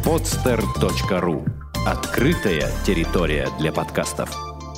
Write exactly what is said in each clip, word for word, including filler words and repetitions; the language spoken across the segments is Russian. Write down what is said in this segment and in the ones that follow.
подстер точка ру. Открытая территория для подкастов.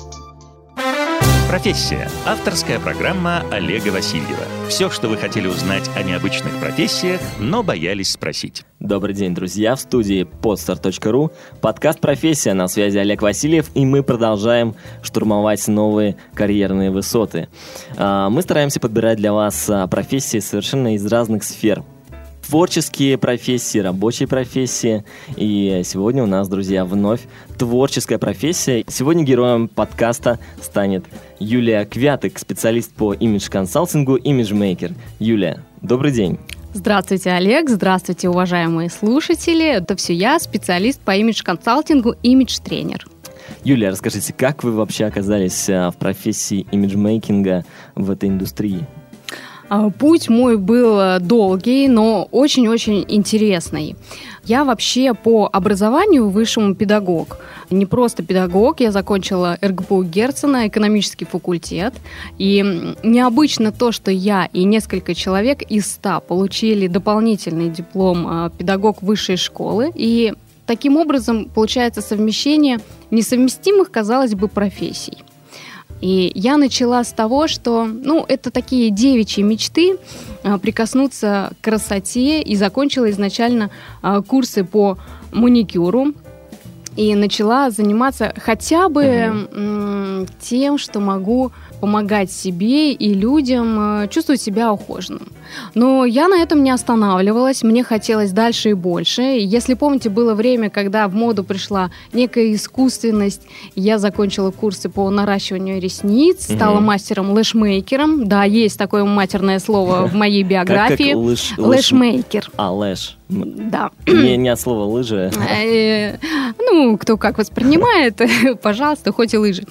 «Профессия» — авторская программа Олега Васильева. Все, что вы хотели узнать о необычных профессиях, но боялись спросить. Добрый день, друзья! В студии подстер точка ру подкаст «Профессия», на связи Олег Васильев, и мы продолжаем штурмовать новые карьерные высоты. Мы стараемся подбирать для вас профессии совершенно из разных сфер. Творческие профессии, рабочие профессии. И сегодня у нас, друзья, вновь творческая профессия. Сегодня героем подкаста станет Юлия Квятык, специалист по имидж-консалтингу, имиджмейкер. Юлия, добрый день. Здравствуйте, Олег. Здравствуйте, уважаемые слушатели. Это все я, специалист по имидж-консалтингу, имидж-тренер. Юлия, расскажите, как вы вообще оказались в профессии имиджмейкинга в этой индустрии? Путь мой был долгий, но очень-очень интересный. Я вообще по образованию высшему педагог. Не просто педагог, я закончила эр гэ пэ у Герцена, экономический факультет. И необычно то, что я и несколько человек из ста получили дополнительный диплом педагог высшей школы. И таким образом получается совмещение несовместимых, казалось бы, профессий. И я начала с того, что, ну, это такие девичьи мечты, а, прикоснуться к красоте, и закончила изначально а, курсы по маникюру. И начала заниматься хотя бы mm-hmm. м, тем, что могу помогать себе и людям чувствовать себя ухоженным. Но я на этом не останавливалась, мне хотелось дальше и больше. Если помните, было время, когда в моду пришла некая искусственность, я закончила курсы по наращиванию ресниц, стала mm-hmm. мастером лэшмейкером. Да, есть такое матерное слово в моей биографии. Лэшмейкер. А, лэш. Да. Не, не от слова лыжи. Ну, кто как воспринимает, пожалуйста, хоть и лыжи.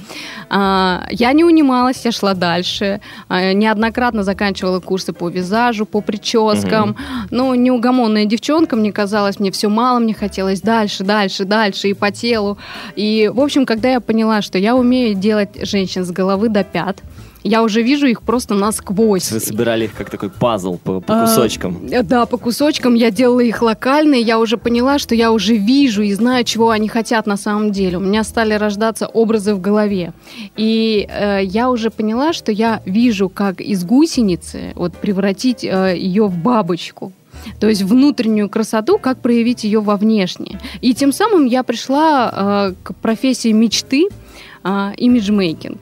Я не унималась, я шла дальше. Неоднократно заканчивала курсы по визажу, по прическам. Но неугомонная девчонка, мне казалось, мне все мало, мне хотелось дальше, дальше, дальше и по телу. И, в общем, когда я поняла, что я умею делать женщин с головы до пят, я уже вижу их просто насквозь. Вы собирали их как такой пазл по, по кусочкам. А, да, по кусочкам. Я делала их локальные. Я уже поняла, что я уже вижу и знаю, чего они хотят на самом деле. У меня стали рождаться образы в голове. И э, я уже поняла, что я вижу, как из гусеницы вот, превратить э, ее в бабочку. То есть внутреннюю красоту, как проявить ее во внешнее. И тем самым я пришла э, к профессии мечты, э, имиджмейкинг.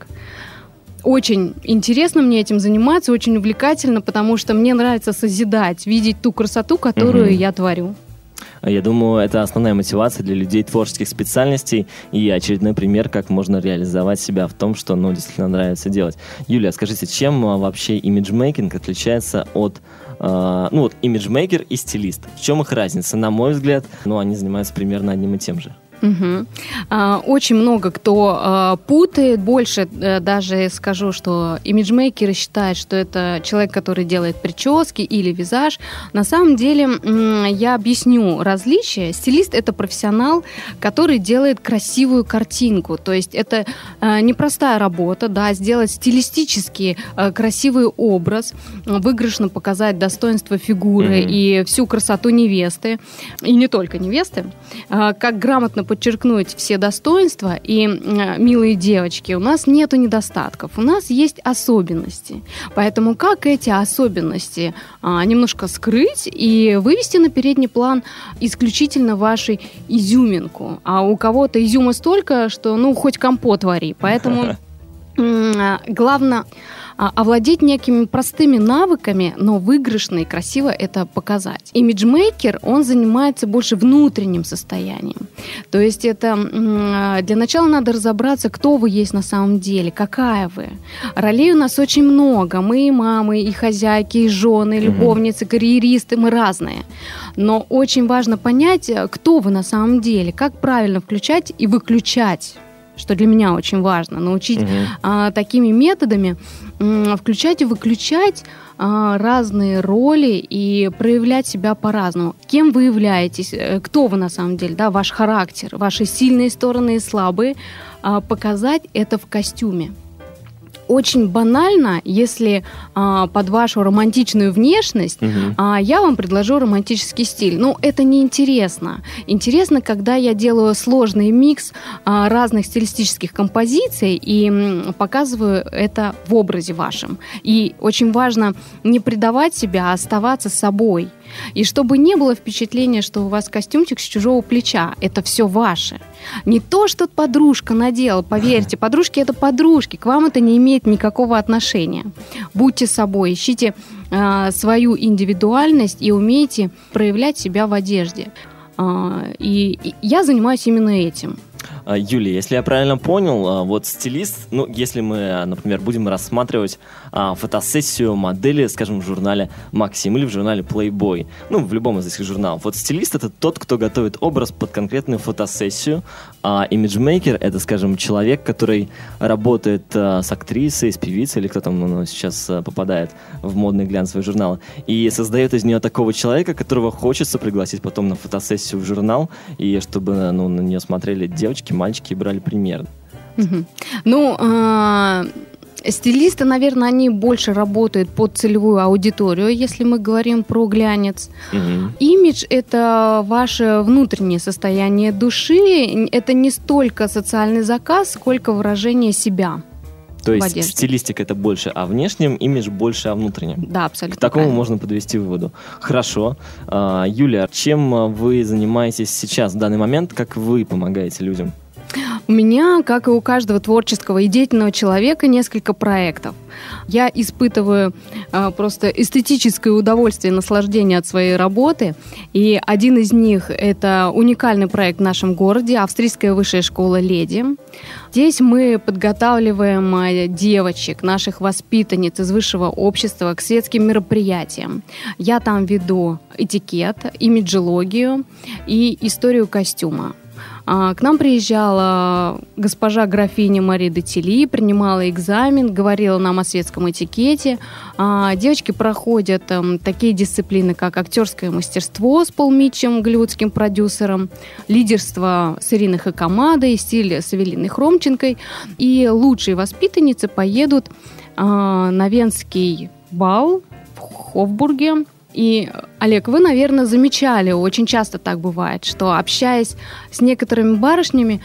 Очень интересно мне этим заниматься, очень увлекательно, потому что мне нравится созидать, видеть ту красоту, которую mm-hmm. я творю. Я думаю, это основная мотивация для людей творческих специальностей и очередной пример, как можно реализовать себя в том, что, ну, действительно нравится делать. Юлия, скажите, чем вообще имиджмейкинг отличается от, э, ну, вот имиджмейкер и стилист? В чем их разница? На мой взгляд, ну, они занимаются примерно одним и тем же. Угу. А, очень много кто а, путает. Больше а, даже скажу, что имиджмейкеры считают, что это человек, который делает прически или визаж. На самом деле, м- я объясню различия. Стилист — это профессионал, который делает красивую картинку. То есть это а, непростая работа, да, сделать стилистически а, красивый образ, выигрышно показать достоинство фигуры mm-hmm. и всю красоту невесты. И не только невесты. А, как грамотно подчеркнуть все достоинства. И, милые девочки, у нас нету недостатков, у нас есть особенности. Поэтому как эти особенности а, немножко скрыть и вывести на передний план исключительно вашу изюминку. А у кого-то изюма столько, что ну хоть компот вари. Поэтому главное овладеть некими простыми навыками, но выигрышно и красиво это показать. Имиджмейкер, он занимается больше внутренним состоянием. То есть это для начала надо разобраться, кто вы есть на самом деле, какая вы. Ролей у нас очень много. Мы и мамы, и хозяйки, и жены, и любовницы, карьеристы, мы разные. Но очень важно понять, кто вы на самом деле, как правильно включать и выключать, что для меня очень важно, научить uh-huh. а, такими методами м, включать и выключать а, разные роли и проявлять себя по-разному. Кем вы являетесь, кто вы на самом деле, да, ваш характер, ваши сильные стороны и слабые, а, показать это в костюме. очень банально, если а, под вашу романтичную внешность uh-huh. а, я вам предложу романтический стиль. Ну, это неинтересно. Интересно, когда я делаю сложный микс а, разных стилистических композиций и м, показываю это в образе вашем. И очень важно не предавать себя, а оставаться собой. И чтобы не было впечатления, что у вас костюмчик с чужого плеча. Это все ваше. Не то, что подружка надела. Поверьте, подружки — это подружки. К вам это не имеет никакого отношения. Будьте собой, ищите э, свою индивидуальность и умейте проявлять себя в одежде. Э, и, и я занимаюсь именно этим. Юлия, если я правильно понял, вот стилист, ну, если мы, например, будем рассматривать а, фотосессию модели, скажем, в журнале «Максим» или в журнале Playboy, ну, в любом из этих журналов, вот стилист — это тот, кто готовит образ под конкретную фотосессию, а имиджмейкер — это, скажем, человек, который работает а, с актрисой, с певицей, или кто там ну, сейчас а, попадает в модные глянцевые журналы, и создает из нее такого человека, которого хочется пригласить потом на фотосессию в журнал, и чтобы ну, на нее смотрели девочки, мальчики брали пример. Угу. Ну, э, стилисты, наверное, они больше работают под целевую аудиторию, если мы говорим про глянец. Угу. Имидж — это ваше внутреннее состояние души, это не столько социальный заказ, сколько выражение себя. То есть стилистика — это больше о внешнем, имидж больше о внутреннем. Да, абсолютно. К такому правильно. Можно подвести выводу. Хорошо. А, Юля, чем вы занимаетесь сейчас, в данный момент? Как вы помогаете людям? У меня, как и у каждого творческого и деятельного человека, несколько проектов. Я испытываю э, просто эстетическое удовольствие и наслаждение от своей работы. И один из них – это уникальный проект в нашем городе, Австрийская высшая школа «Леди». Здесь мы подготавливаем девочек, наших воспитанниц из высшего общества к светским мероприятиям. Я там веду этикет, имиджологию и историю костюма. К нам приезжала госпожа графиня Мария де Тилли, принимала экзамен, говорила нам о светском этикете. Девочки проходят такие дисциплины, как актерское мастерство с Пол Митчем, голливудским продюсером, лидерство с Ириной Хакамадой, стиль с Эвелиной Хромченкой. И лучшие воспитанницы поедут на Венский бал в Хофбурге. И, Олег, вы, наверное, замечали, очень часто так бывает, что, общаясь с некоторыми барышнями,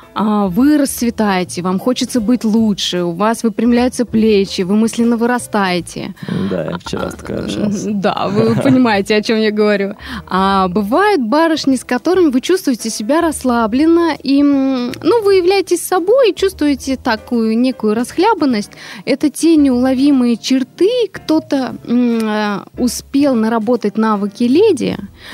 вы расцветаете, вам хочется быть лучше, у вас выпрямляются плечи, вы мысленно вырастаете. Да, я вчера такое общался. Да, вы понимаете, о чем я говорю. А бывают барышни, с которыми вы чувствуете себя расслабленно, и ну, вы являетесь собой и чувствуете такую некую расхлябанность. Это те неуловимые черты, кто-то м- успел наработать навыки леди,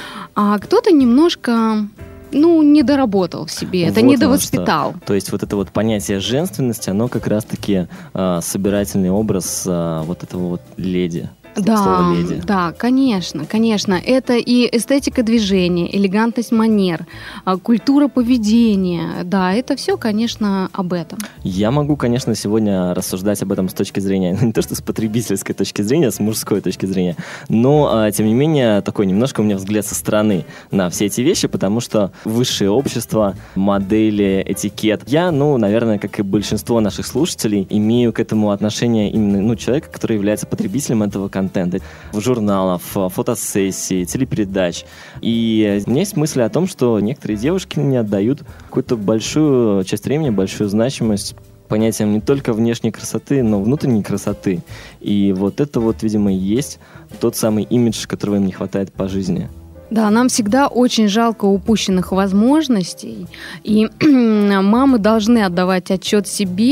а кто-то немножко... ну, не доработал в себе, это вот недовоспитал. То есть вот это вот понятие женственности, оно как раз-таки э, собирательный образ э, вот этого вот леди. Да, да, конечно, конечно. Это и эстетика движения, элегантность манер, культура поведения. Да, это все, конечно, об этом. Я могу, конечно, сегодня рассуждать об этом с точки зрения, не то что с потребительской точки зрения, а с мужской точки зрения, но, тем не менее, такой немножко у меня взгляд со стороны на все эти вещи, потому что высшее общество, модели, этикет. Я, ну, наверное, как и большинство наших слушателей, имею к этому отношение именно, ну, человека, который является потребителем этого контента. В журналов, фотосессий, телепередач. И у меня есть мысль о том, что некоторые девушки не отдают какую-то большую часть времени, большую значимость понятиям не только внешней красоты, но внутренней красоты. И вот это вот, видимо, и есть тот самый имидж, которого им не хватает по жизни. Да, нам всегда очень жалко упущенных возможностей, и мамы должны отдавать отчет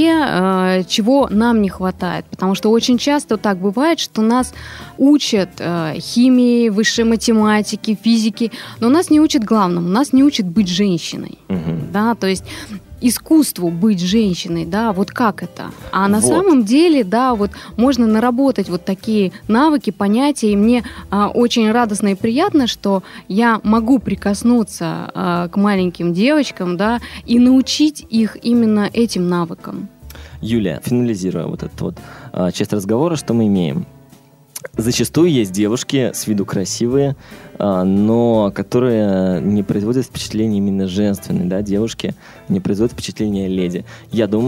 себе, чего нам не хватает, потому что очень часто так бывает, что нас учат химии, высшей математике, физике, но нас не учат главному, нас не учат быть женщиной, угу. да, то есть искусству быть женщиной, да, вот как это. А на вот. самом деле, да, вот можно наработать вот такие навыки, понятия, и мне а, очень радостно и приятно, что я могу прикоснуться а, к маленьким девочкам, да, и научить их именно этим навыкам. Юлия, финализируя вот эту вот а, часть разговора, что мы имеем? Зачастую есть девушки с виду красивые, но которые не производят впечатление именно женственной, да, девушки не производят впечатление леди. Я думаю,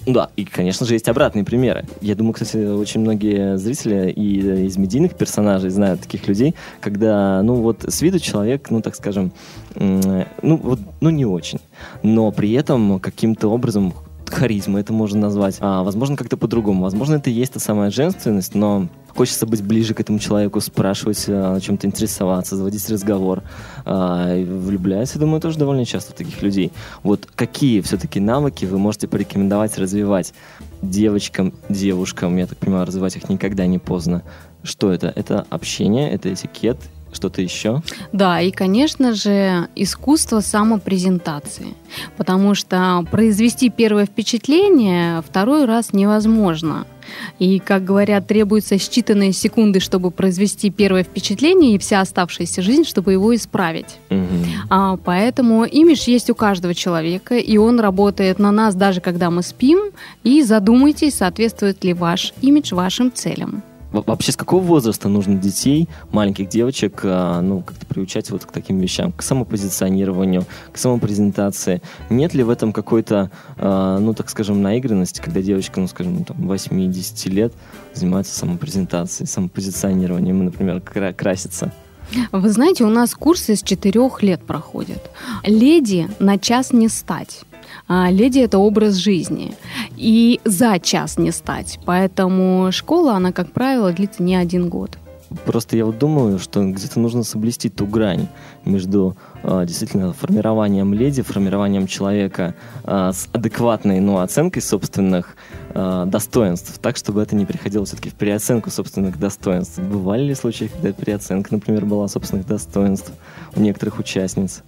Да, и, конечно же, есть обратные примеры. Я думаю, кстати, очень многие зрители и из медийных персонажей знают таких людей, когда, ну вот, с виду человек, ну, так скажем, ну, вот, ну, не очень, но при этом каким-то образом харизма это можно назвать, а, возможно, как-то по-другому. Возможно, это и есть та самая женственность, но хочется быть ближе к этому человеку, спрашивать, о чем-то интересоваться, заводить разговор. А, и влюбляюсь, я думаю, тоже довольно часто в таких людей. Вот какие все-таки навыки вы можете порекомендовать развивать девочкам, девушкам? Я так понимаю, развивать их никогда не поздно. Что это? Это общение, это этикет, что-то еще? Да, и, конечно же, искусство самопрезентации. Потому что произвести первое впечатление второй раз невозможно. И, как говорят, требуются считанные секунды, чтобы произвести первое впечатление, и вся оставшаяся жизнь, чтобы его исправить. Угу. А, поэтому имидж есть у каждого человека, и он работает на нас, даже когда мы спим. И задумайтесь, соответствует ли ваш имидж вашим целям. Вообще, с какого возраста нужно детей, маленьких девочек, ну, как-то приучать вот к таким вещам, к самопозиционированию, к самопрезентации? Нет ли в этом какой-то, ну, так скажем, наигранности, когда девочка, ну, скажем, там, восемь-десять лет занимается самопрезентацией, самопозиционированием, например, кра- красится? Вы знаете, у нас курсы с четырех лет проходят. Леди на час не стать. Леди – это образ жизни. И за час не стать. Поэтому школа, она, как правило, длится не один год. Просто я вот думаю, что где-то нужно соблюсти ту грань между э, действительно формированием леди, формированием человека э, с адекватной, ну, оценкой собственных э, достоинств, так, чтобы это не переходило все-таки в переоценку собственных достоинств. Бывали ли случаи, когда переоценка, например, была собственных достоинств у некоторых участниц?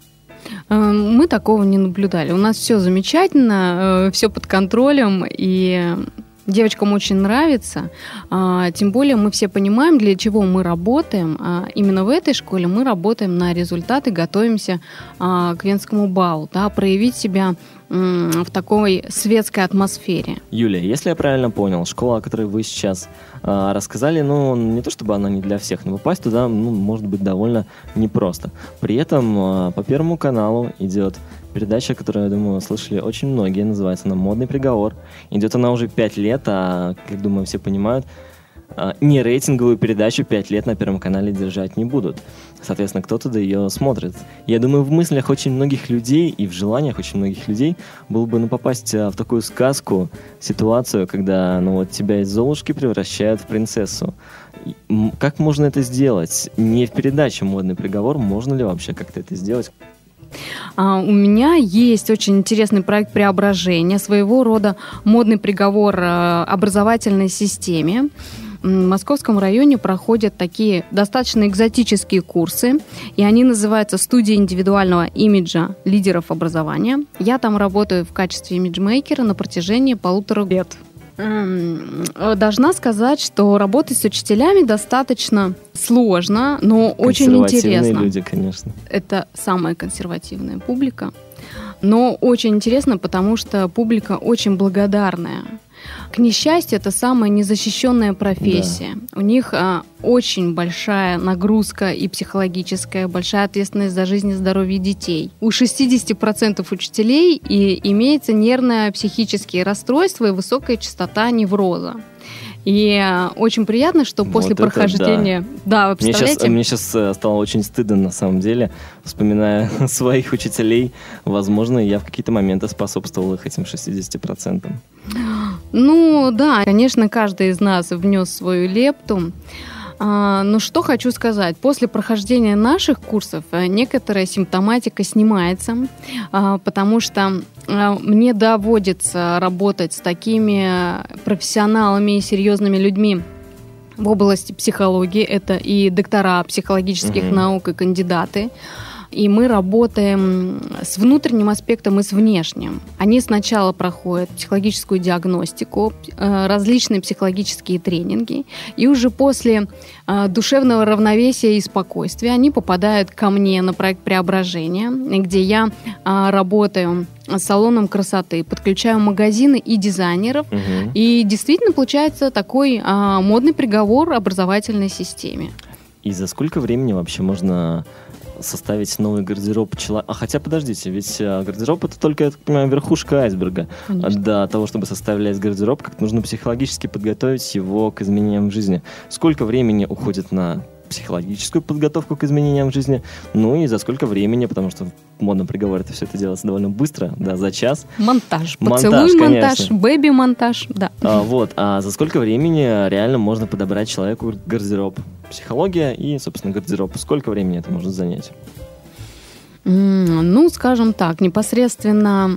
Мы такого не наблюдали. У нас все замечательно, все под контролем, и девочкам очень нравится. Тем более мы все понимаем, для чего мы работаем. Именно в этой школе мы работаем на результаты, готовимся к Венскому балу, да, проявить себя в такой светской атмосфере. Юлия, если я правильно понял, школа, о которой вы сейчас э, рассказали, ну, не то чтобы она не для всех, но попасть туда, ну, может быть довольно непросто. При этом э, по Первому каналу идет передача, которую, я думаю, слышали очень многие, называется она «Модный приговор». Идет она уже пять лет, а, как думаю, все понимают, не рейтинговую передачу пять лет на Первом канале держать не будут. Соответственно, кто-то да ее смотрит. Я думаю, в мыслях очень многих людей и в желаниях очень многих людей было бы, ну, попасть в такую сказку, ситуацию, когда, ну, вот тебя из Золушки превращают в принцессу. Как можно это сделать? Не в передаче «Модный приговор», можно ли вообще как-то это сделать? Uh, у меня есть очень интересный проект преображения, своего рода модный приговор uh, образовательной системе. В Московском районе проходят такие достаточно экзотические курсы, и они называются «Студия индивидуального имиджа лидеров образования». Я там работаю в качестве имиджмейкера на протяжении полутора лет. Должна сказать, что работать с учителями достаточно сложно, но очень интересно. Консервативные люди, конечно. Это самая консервативная публика. Но очень интересно, потому что публика очень благодарная. К несчастью, это самая незащищенная профессия. Да. У них а, очень большая нагрузка и психологическая, большая ответственность за жизнь и здоровье детей. У шестьдесят процентов учителей и имеется нервное психические расстройства и высокая частота невроза. И а, очень приятно, что после вот прохождения... Да, да, вы представляете? Мне сейчас, мне сейчас стало очень стыдно, на самом деле, вспоминая своих учителей. Возможно, я в какие-то моменты способствовал их этим шестьдесят процентов. Ну, да, конечно, каждый из нас внес свою лепту. А, но что хочу сказать. После прохождения наших курсов некоторая симптоматика снимается, а, потому что а, мне доводится работать с такими профессионалами и серьезными людьми в области психологии. Это и доктора психологических угу. наук, и кандидаты. И мы работаем с внутренним аспектом и с внешним. Они сначала проходят психологическую диагностику, различные психологические тренинги, и уже после душевного равновесия и спокойствия они попадают ко мне на проект преображения, где я работаю с салоном красоты, подключаю магазины и дизайнеров, угу. и действительно получается такой модный приговор образовательной системе. И за сколько времени вообще можно составить новый гардероб человека. А хотя, подождите, ведь гардероб — это только, я так понимаю, верхушка айсберга. Конечно. До того, чтобы составлять гардероб, как нужно психологически подготовить его к изменениям в жизни. Сколько времени уходит на психологическую подготовку к изменениям в жизни, ну и за сколько времени, потому что в модном приговоре это все это делается довольно быстро, да, за час. Монтаж, поцелуй-монтаж, бэби-монтаж, да. А, вот, а за сколько времени реально можно подобрать человеку гардероб? Психология и, собственно, гардероб. Сколько времени это может занять? Ну, скажем так, непосредственно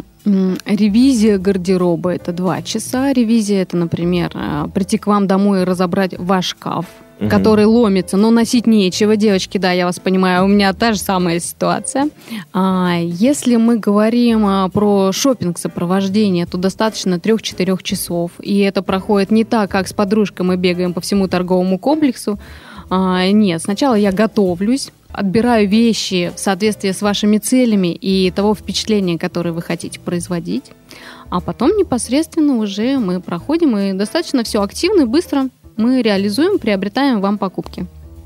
ревизия гардероба — это два часа. Ревизия — это, например, прийти к вам домой и разобрать ваш шкаф, Uh-huh. который ломится, но носить нечего, девочки, да, я вас понимаю, у меня та же самая ситуация. А, если мы говорим а, про шопинг-сопровождение, то достаточно трех-четырех часов, и это проходит не так, как с подружкой мы бегаем по всему торговому комплексу. А, нет, сначала я готовлюсь, отбираю вещи в соответствии с вашими целями и того впечатления, которое вы хотите производить, а потом непосредственно уже мы проходим, и достаточно все активно и быстро мы реализуем, приобретаем вам покупки.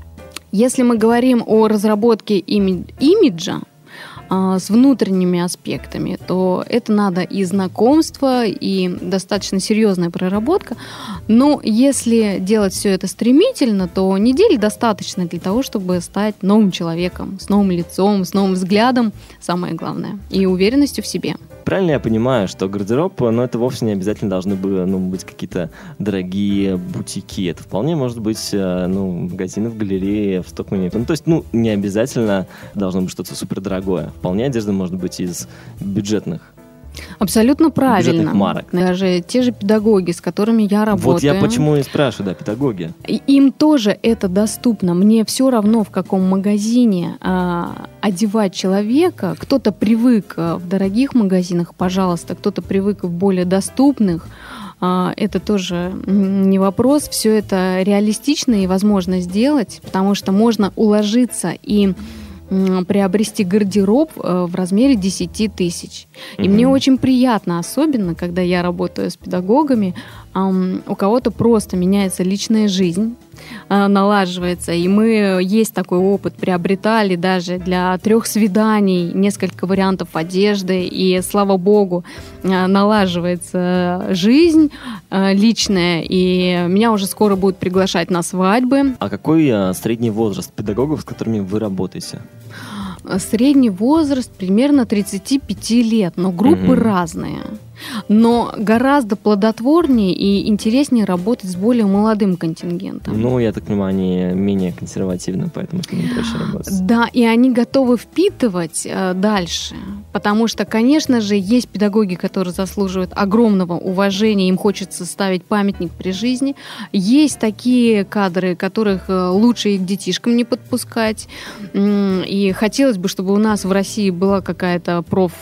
Если мы говорим о разработке ими- имиджа а, с внутренними аспектами, то это надо и знакомство, и достаточно серьезная проработка. Но если делать все это стремительно, то недели достаточно для того, чтобы стать новым человеком, с новым лицом, с новым взглядом, самое главное, и уверенностью в себе. Правильно я понимаю, что гардероб, ну, это вовсе не обязательно должны были, ну, быть какие-то дорогие бутики. Это вполне может быть, ну, магазины в галерее, в Стокмане. Ну, то есть, ну, не обязательно должно быть что-то супердорогое. Вполне одежда может быть из бюджетных. Абсолютно правильно. Марок. Даже те же педагоги, с которыми я работаю. Вот я почему и спрашиваю, да, педагоги. Им тоже это доступно. Мне все равно, в каком магазине а, одевать человека. Кто-то привык в дорогих магазинах, пожалуйста, кто-то привык в более доступных. А, это тоже не вопрос. Все это реалистично и возможно сделать, потому что можно уложиться и приобрести гардероб в размере десять тысяч. И mm-hmm. мне очень приятно, особенно, когда я работаю с педагогами, эм, у кого-то просто меняется личная жизнь, э, налаживается. И мы есть такой опыт, приобретали даже для трех свиданий несколько вариантов одежды, и, слава богу, э, налаживается жизнь э, личная, и меня уже скоро будут приглашать на свадьбы. А какой э, средний возраст педагогов, с которыми вы работаете? Средний возраст примерно тридцать пять лет, но группы mm-hmm. разные. Но гораздо плодотворнее и интереснее работать с более молодым контингентом. Ну, я так понимаю, они менее консервативны, поэтому с ними проще работать. Да, и они готовы впитывать э, дальше. Потому что, конечно же, есть педагоги, которые заслуживают огромного уважения, им хочется ставить памятник при жизни. Есть такие кадры, которых лучше и к детишкам не подпускать. И хотелось бы, чтобы у нас в России была какая-то проф...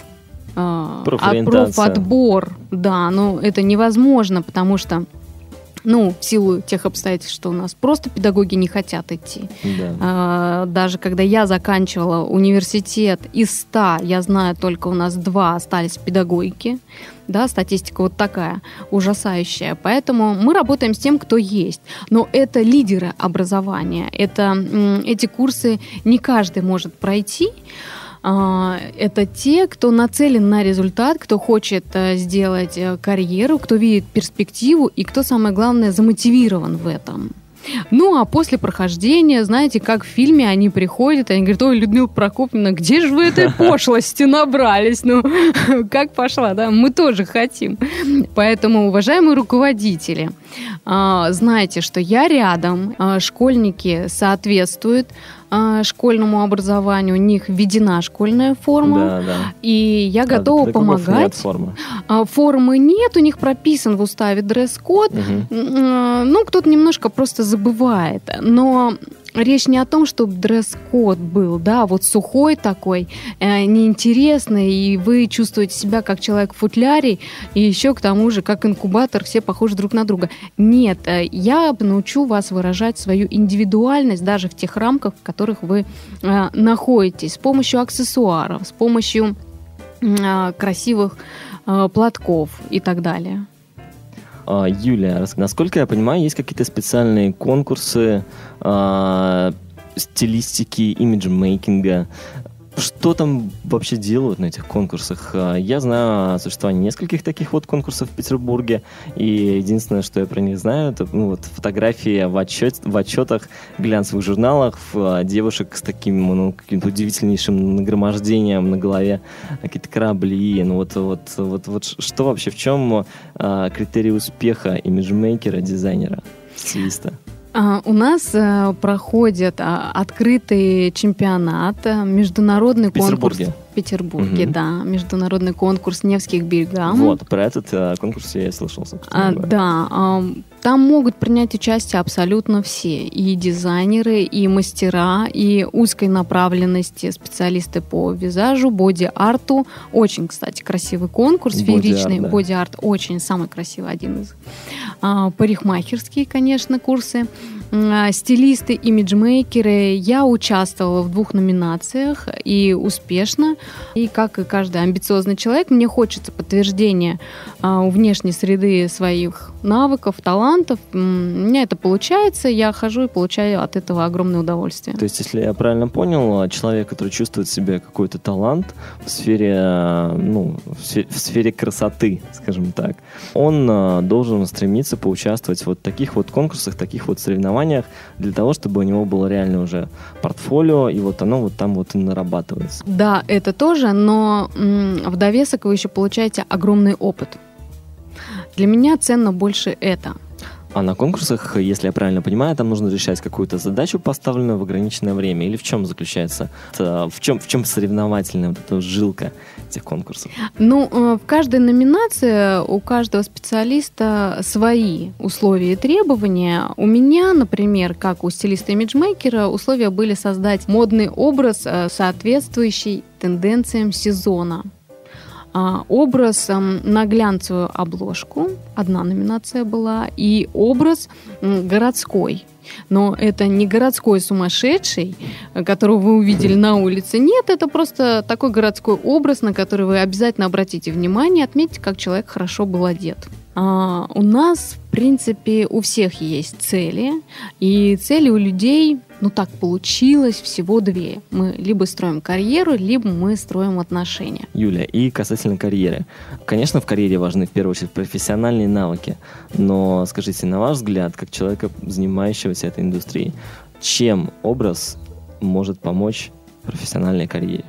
профотбор, да, но это невозможно, потому что, ну, в силу тех обстоятельств, что у нас просто педагоги не хотят идти. Да. А, даже когда я заканчивала университет, из ста, я знаю, только у нас два остались педагогики. Да, статистика вот такая, ужасающая. Поэтому мы работаем с тем, кто есть. Но это лидеры образования. Это, эти курсы не каждый может пройти. Это те, кто нацелен на результат, кто хочет сделать карьеру, кто видит перспективу и кто, самое главное, замотивирован в этом. Ну, а после прохождения, знаете, как в фильме они приходят, они говорят: ой, Людмила Прокопьевна, где же вы этой пошлости набрались? Ну, как пошла, да? Мы тоже хотим. Поэтому, уважаемые руководители, знайте, что я рядом, школьники соответствуют школьному образованию, у них введена школьная форма, да, да. И я да, готова помогать. Нет формы. Формы нет, у них прописан в уставе дресс-код. Угу. Ну, кто-то немножко просто забывает, но речь не о том, чтобы дресс-код был, да, вот сухой такой, э, неинтересный, и вы чувствуете себя как человек в футляре, и еще к тому же как инкубатор, все похожи друг на друга. Нет, э, я научу вас выражать свою индивидуальность даже в тех рамках, в которых вы э, находитесь, с помощью аксессуаров, с помощью э, красивых э, платков и так далее. Юлия, насколько я понимаю, есть какие-то специальные конкурсы, стилистики, имиджмейкинга. Что там вообще делают на этих конкурсах? Я знаю о существовании нескольких таких вот конкурсов в Петербурге, и единственное, что я про них знаю, это ну, вот, фотографии в, отчет, в отчетах, глянцевых журналах девушек с таким ну, каким-то удивительнейшим нагромождением на голове, какие-то корабли. Ну, вот, вот, вот, вот что вообще, в чем а, критерий успеха имиджмейкера, дизайнера, стилиста? Uh, у нас uh, проходит uh, открытый чемпионат, uh, международный в Петербурге. конкурс в Петербурге, угу. да, международный конкурс Невских берегам. Вот, про этот uh, конкурс я слышал, собственно. Uh, да, uh, там могут принять участие абсолютно все, и дизайнеры, и мастера, и узкой направленности специалисты по визажу, боди-арту. Очень, кстати, красивый конкурс, фееричный. Боди-арт, да. Боди-арт очень самый красивый, один из. Uh, парикмахерские, конечно, курсы. Стилисты, имиджмейкеры. Я участвовала в двух номинациях и успешно. И как и каждый амбициозный человек, мне хочется подтверждения а, у внешней среды своих навыков, талантов. У меня это получается, я хожу и получаю от этого огромное удовольствие. То есть, если я правильно понял, человек, который чувствует в себе какой-то талант в сфере, ну, в сфере, в сфере красоты, скажем так, он а, должен стремиться поучаствовать в вот таких вот конкурсах, таких вот соревнованиях, для того, чтобы у него было реально уже портфолио, и вот оно вот там вот и нарабатывается. Да, это тоже, но м, в довесок вы еще получаете огромный опыт. Для меня ценно больше это. А на конкурсах, если я правильно понимаю, там нужно решать какую-то задачу, поставленную в ограниченное время? Или в чем заключается, в чем, в чем соревновательная вот эта жилка этих конкурсов? Ну, в каждой номинации у каждого специалиста свои условия и требования. У меня, например, как у стилиста-имиджмейкера, условия были создать модный образ, соответствующий тенденциям сезона. Образ на глянцевую обложку, одна номинация была, и образ городской. Но это не городской сумасшедший, которого вы увидели на улице. Нет, это просто такой городской образ, на который вы обязательно обратите внимание, отметьте, как человек хорошо был одет. А, у нас, в принципе, у всех есть цели, и цели у людей, ну так получилось, всего две. Мы либо строим карьеру, либо мы строим отношения. Юля, и касательно карьеры. Конечно, в карьере важны в первую очередь профессиональные навыки, но скажите, на ваш взгляд, как человека, занимающегося этой индустрией, чем образ может помочь профессиональной карьере?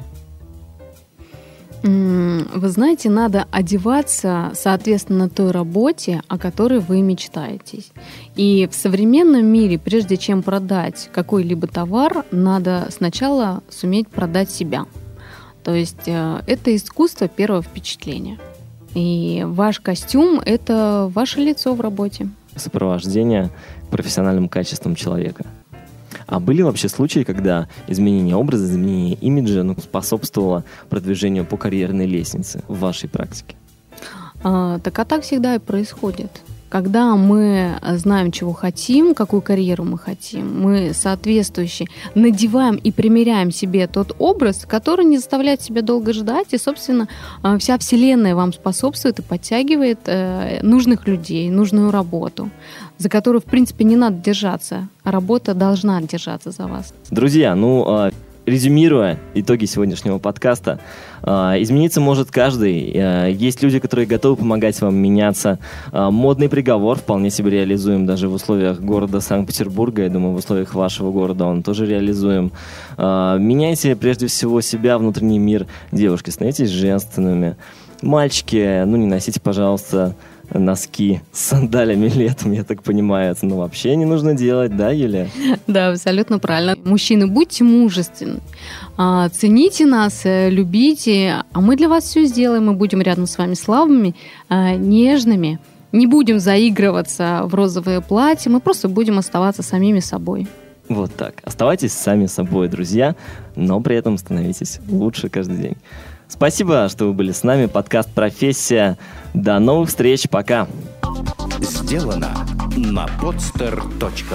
Вы знаете, надо одеваться соответственно той работе, о которой вы мечтаете. И в современном мире, прежде чем продать какой-либо товар, надо сначала суметь продать себя. То есть это искусство первого впечатления. И ваш костюм – это ваше лицо в работе. Сопровождение профессиональным качеством человека. А были вообще случаи, когда изменение образа, изменение имиджа ну, способствовало продвижению по карьерной лестнице в вашей практике? А, так а так всегда и происходит. Когда мы знаем, чего хотим, какую карьеру мы хотим, мы соответствующе надеваем и примеряем себе тот образ, который не заставляет себя долго ждать, и, собственно, вся вселенная вам способствует и подтягивает нужных людей, нужную работу, за которую, в принципе, не надо держаться, а работа должна держаться за вас. Друзья, ну... Резюмируя итоги сегодняшнего подкаста, измениться может каждый. Есть люди, которые готовы помогать вам меняться. Модный приговор вполне себе реализуем даже в условиях города Санкт-Петербурга. Я думаю, в условиях вашего города он тоже реализуем. Меняйте прежде всего себя, внутренний мир. Девушки, становитесь женственными. Мальчики, ну не носите, пожалуйста, носки с сандалями летом, я так понимаю, это ну, вообще не нужно делать, да, Юлия? Да, абсолютно правильно. Мужчины, будьте мужественны, цените нас, любите, а мы для вас все сделаем, мы будем рядом с вами славными, нежными, не будем заигрываться в розовое платье, мы просто будем оставаться самими собой. Вот так. Оставайтесь сами собой, друзья, но при этом становитесь лучше каждый день. Спасибо, что вы были с нами. Подкаст «Профессия». До новых встреч. Пока. Сделано на podster точка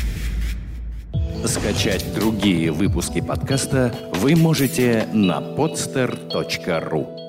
ру. Скачать другие выпуски подкаста вы можете на podster точка ру.